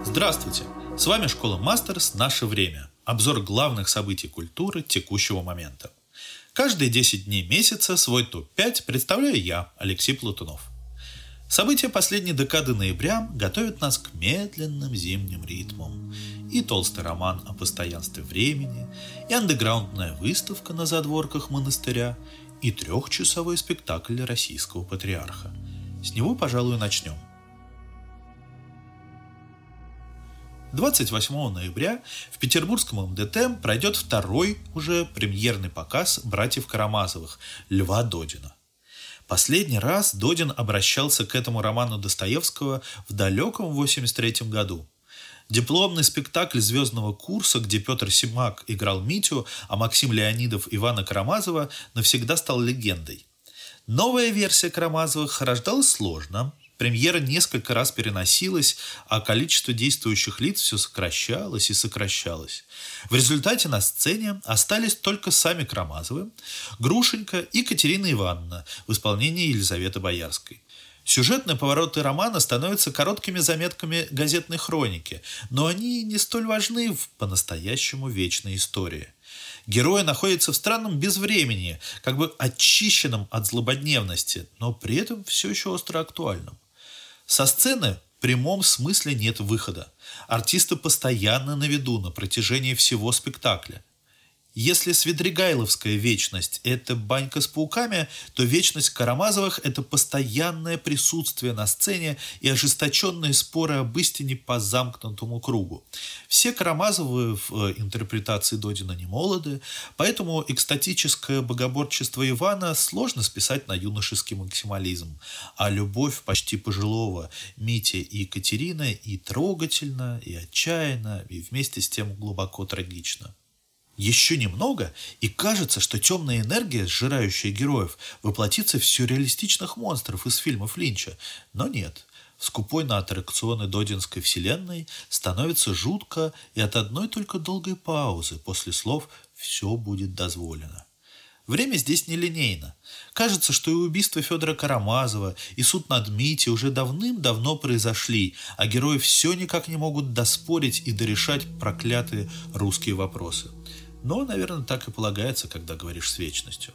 Здравствуйте! С вами школа Мастерс «Наше время». Обзор главных событий культуры текущего момента. Каждые 10 дней месяца свой топ-5 представляю я, Алексей Платунов. События последней декады ноября готовят нас к медленным зимним ритмам. И толстый роман о постоянстве времени, и андеграундная выставка на задворках монастыря, и 3-часовой спектакль российского патриарха. С него, пожалуй, начнем. 28 ноября в петербургском МДТ пройдет второй уже премьерный показ «Братьев Карамазовых» Льва Додина. Последний раз Додин обращался к этому роману Достоевского в далеком 1983 году. Дипломный спектакль звездного курса, где Петр Симак играл Митю, а Максим Леонидов Ивана Карамазова, навсегда стал легендой. Новая версия Карамазовых рождалась сложно. Премьера несколько раз переносилась, а количество действующих лиц все сокращалось и сокращалось. В результате на сцене остались только сами Карамазовы, Грушенька и Катерина Ивановна в исполнении Елизаветы Боярской. Сюжетные повороты романа становятся короткими заметками газетной хроники, но они не столь важны в по-настоящему вечной истории. Герои находятся в странном безвременье, как бы очищенном от злободневности, но при этом все еще остро актуальном. Со сцены в прямом смысле нет выхода. Артисты постоянно на виду на протяжении всего спектакля. Если свидригайловская вечность – это банька с пауками, то вечность Карамазовых – это постоянное присутствие на сцене и ожесточенные споры об истине по замкнутому кругу. Все Карамазовы в интерпретации Додина не молоды, поэтому экстатическое богоборчество Ивана сложно списать на юношеский максимализм. А любовь почти пожилого Мити и Екатерины и трогательна, и отчаянна, и вместе с тем глубоко трагична. Еще немного, и кажется, что темная энергия, сжирающая героев, воплотится в сюрреалистичных монстров из фильмов Линча. Но нет. В скупой на аттракционы додинской вселенной становится жутко и от одной только долгой паузы после слов «все будет дозволено». Время здесь нелинейно. Кажется, что и убийство Федора Карамазова, и суд над Митей уже давным-давно произошли, а герои все никак не могут доспорить и дорешать проклятые русские вопросы. Но, наверное, так и полагается, когда говоришь с вечностью.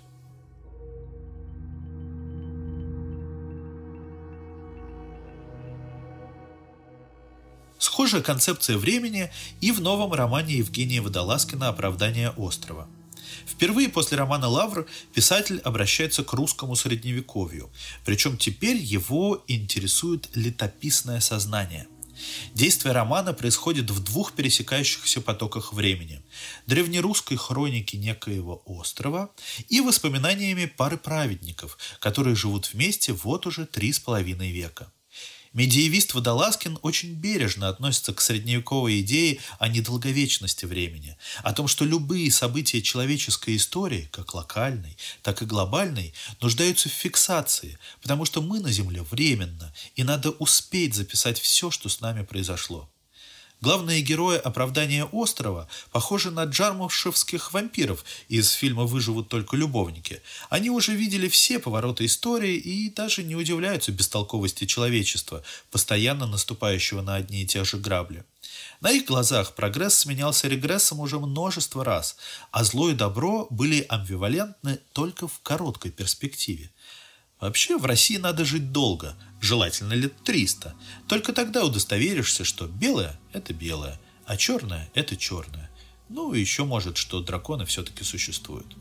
Схожая концепция времени и в новом романе Евгения Водолазкина «Оправдание острова». Впервые после романа «Лавр» писатель обращается к русскому средневековью, причем теперь его интересует летописное сознание. Действие романа происходит в 2 пересекающихся потоках времени – древнерусской хроники некоего острова и воспоминаниями пары праведников, которые живут вместе вот уже 3,5 века. Медиевист Водолазкин очень бережно относится к средневековой идее о недолговечности времени, о том, что любые события человеческой истории, как локальной, так и глобальной, нуждаются в фиксации, потому что мы на Земле временно, и надо успеть записать все, что с нами произошло. Главные герои «Оправдания острова» похожи на джармушевских вампиров из фильма «Выживут только любовники». Они уже видели все повороты истории и даже не удивляются бестолковости человечества, постоянно наступающего на одни и те же грабли. На их глазах прогресс сменялся регрессом уже множество раз, а зло и добро были амбивалентны только в короткой перспективе. Вообще, в России надо жить долго, желательно лет 300. Только тогда удостоверишься, что белое – это белое, а черное – это черное. Ну и еще, может, что драконы все-таки существуют.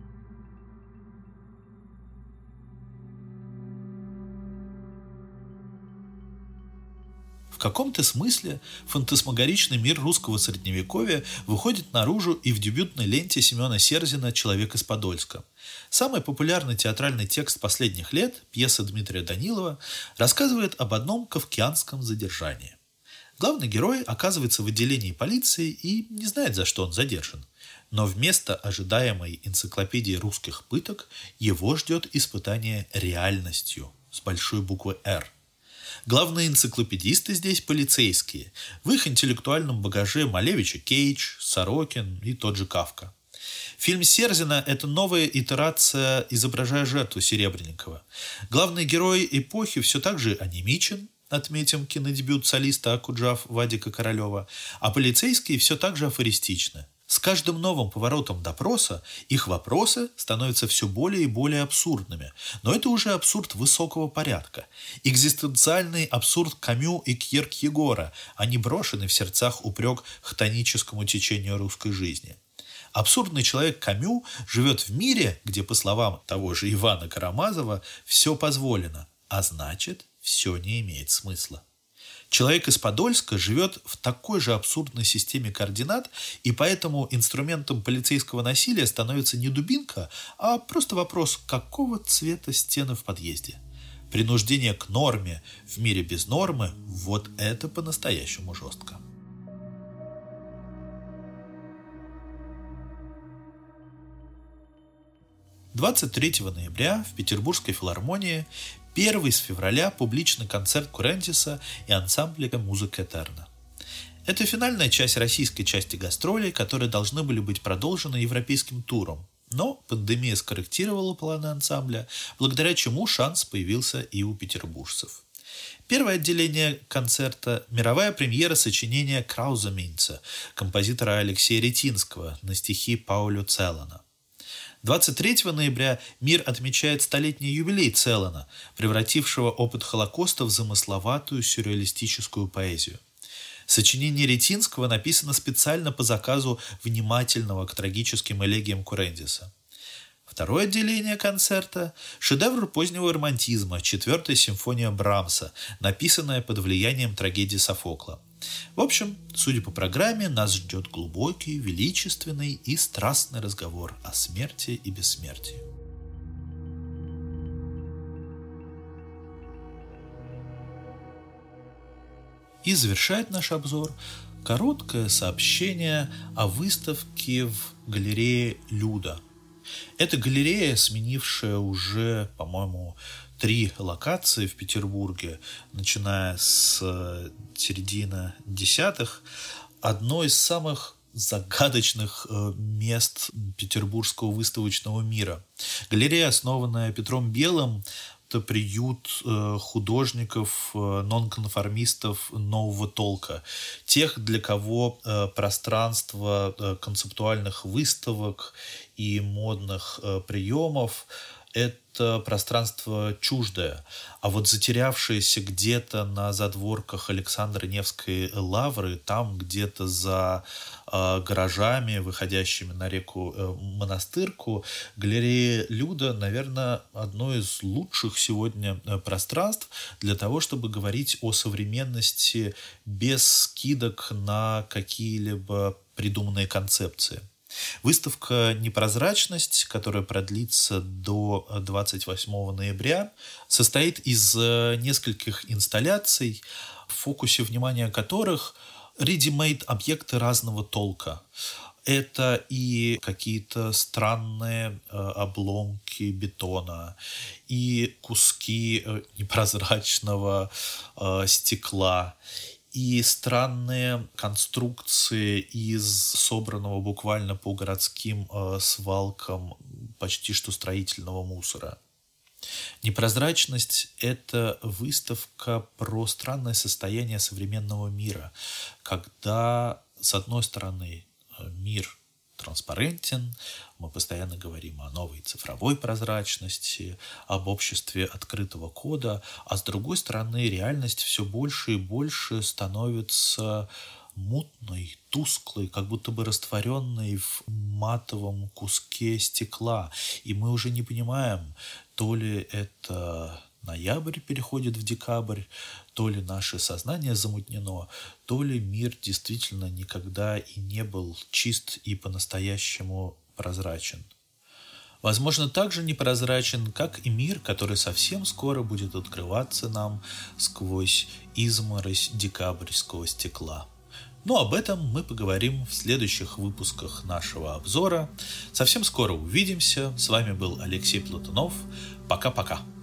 В каком-то смысле фантасмагоричный мир русского средневековья выходит наружу и в дебютной ленте Семена Серзина «Человек из Подольска». Самый популярный театральный текст последних лет, пьеса Дмитрия Данилова, рассказывает об одном кафкианском задержании. Главный герой оказывается в отделении полиции и не знает, за что он задержан. Но вместо ожидаемой энциклопедии русских пыток его ждет испытание реальностью с большой буквы «Р». Главные энциклопедисты здесь полицейские. В их интеллектуальном багаже Малевич и Кейдж, Сорокин и тот же Кафка. Фильм Серзина – это новая итерация, изображая жертву Серебренникова. Главный герой эпохи все так же анемичен, отметим кинодебют солиста Акуджав Вадика Королева, а полицейские все так же афористичны. С каждым новым поворотом допроса их вопросы становятся все более и более абсурдными. Но это уже абсурд высокого порядка. Экзистенциальный абсурд Камю и Кьеркегора, а не брошенный в сердцах упрек хтоническому течению русской жизни. Абсурдный человек Камю живет в мире, где, по словам того же Ивана Карамазова, все позволено, а значит, все не имеет смысла. Человек из Подольска живет в такой же абсурдной системе координат, и поэтому инструментом полицейского насилия становится не дубинка, а просто вопрос, какого цвета стены в подъезде. Принуждение к норме в мире без нормы – вот это по-настоящему жестко. – 23 ноября в Петербургской филармонии первый с февраля публичный концерт Курентиса и ансамбля «Музыка Этерна». Это финальная часть российской части гастролей, которые должны были быть продолжены европейским туром. Но пандемия скорректировала планы ансамбля, благодаря чему шанс появился и у петербуржцев. Первое отделение концерта – мировая премьера сочинения Крауза-Минца, композитора Алексея Ретинского на стихи Паулю Целлана. 23 ноября мир отмечает столетний юбилей Целлана, превратившего опыт Холокоста в замысловатую сюрреалистическую поэзию. Сочинение Ретинского написано специально по заказу внимательного к трагическим элегиям Курентиса. Второе отделение концерта – шедевр позднего романтизма, 4-я симфония Брамса, написанная под влиянием трагедии Софокла. В общем, судя по программе, нас ждет глубокий, величественный и страстный разговор о смерти и бессмертии. И завершает наш обзор короткое сообщение о выставке в галерее «Люда». Это галерея, сменившая уже, по-моему, 3 локации в Петербурге, начиная с середины десятых. Одно из самых загадочных мест петербургского выставочного мира. Галерея, основанная Петром Белым, это приют художников, нонконформистов нового толка. Тех, для кого пространство концептуальных выставок и модных приемов – это пространство чуждое. А вот затерявшееся где-то на задворках Александра Невской лавры, там где-то за гаражами, выходящими на реку Монастырку, галерея «Люда», наверное, одно из лучших сегодня пространств для того, чтобы говорить о современности без скидок на какие-либо придуманные концепции. Выставка «Непрозрачность», которая продлится до 28 ноября, состоит из нескольких инсталляций, в фокусе внимания которых ready-made объекты разного толка. Это и какие-то странные обломки бетона, и куски непрозрачного стекла, и странные конструкции из собранного буквально по городским свалкам почти что строительного мусора. «Непрозрачность» — это выставка про странное состояние современного мира, когда, с одной стороны, мир транспарентен, мы постоянно говорим о новой цифровой прозрачности, об обществе открытого кода, а с другой стороны реальность все больше и больше становится мутной, тусклой, как будто бы растворенной в матовом куске стекла. И мы уже не понимаем, то ли это ноябрь переходит в декабрь, то ли наше сознание замутнено, то ли мир действительно никогда и не был чист и по-настоящему прозрачен. Возможно, так же непрозрачен, как и мир, который совсем скоро будет открываться нам сквозь изморозь декабрьского стекла. Но об этом мы поговорим в следующих выпусках нашего обзора. Совсем скоро увидимся. С вами был Алексей Платунов. Пока-пока.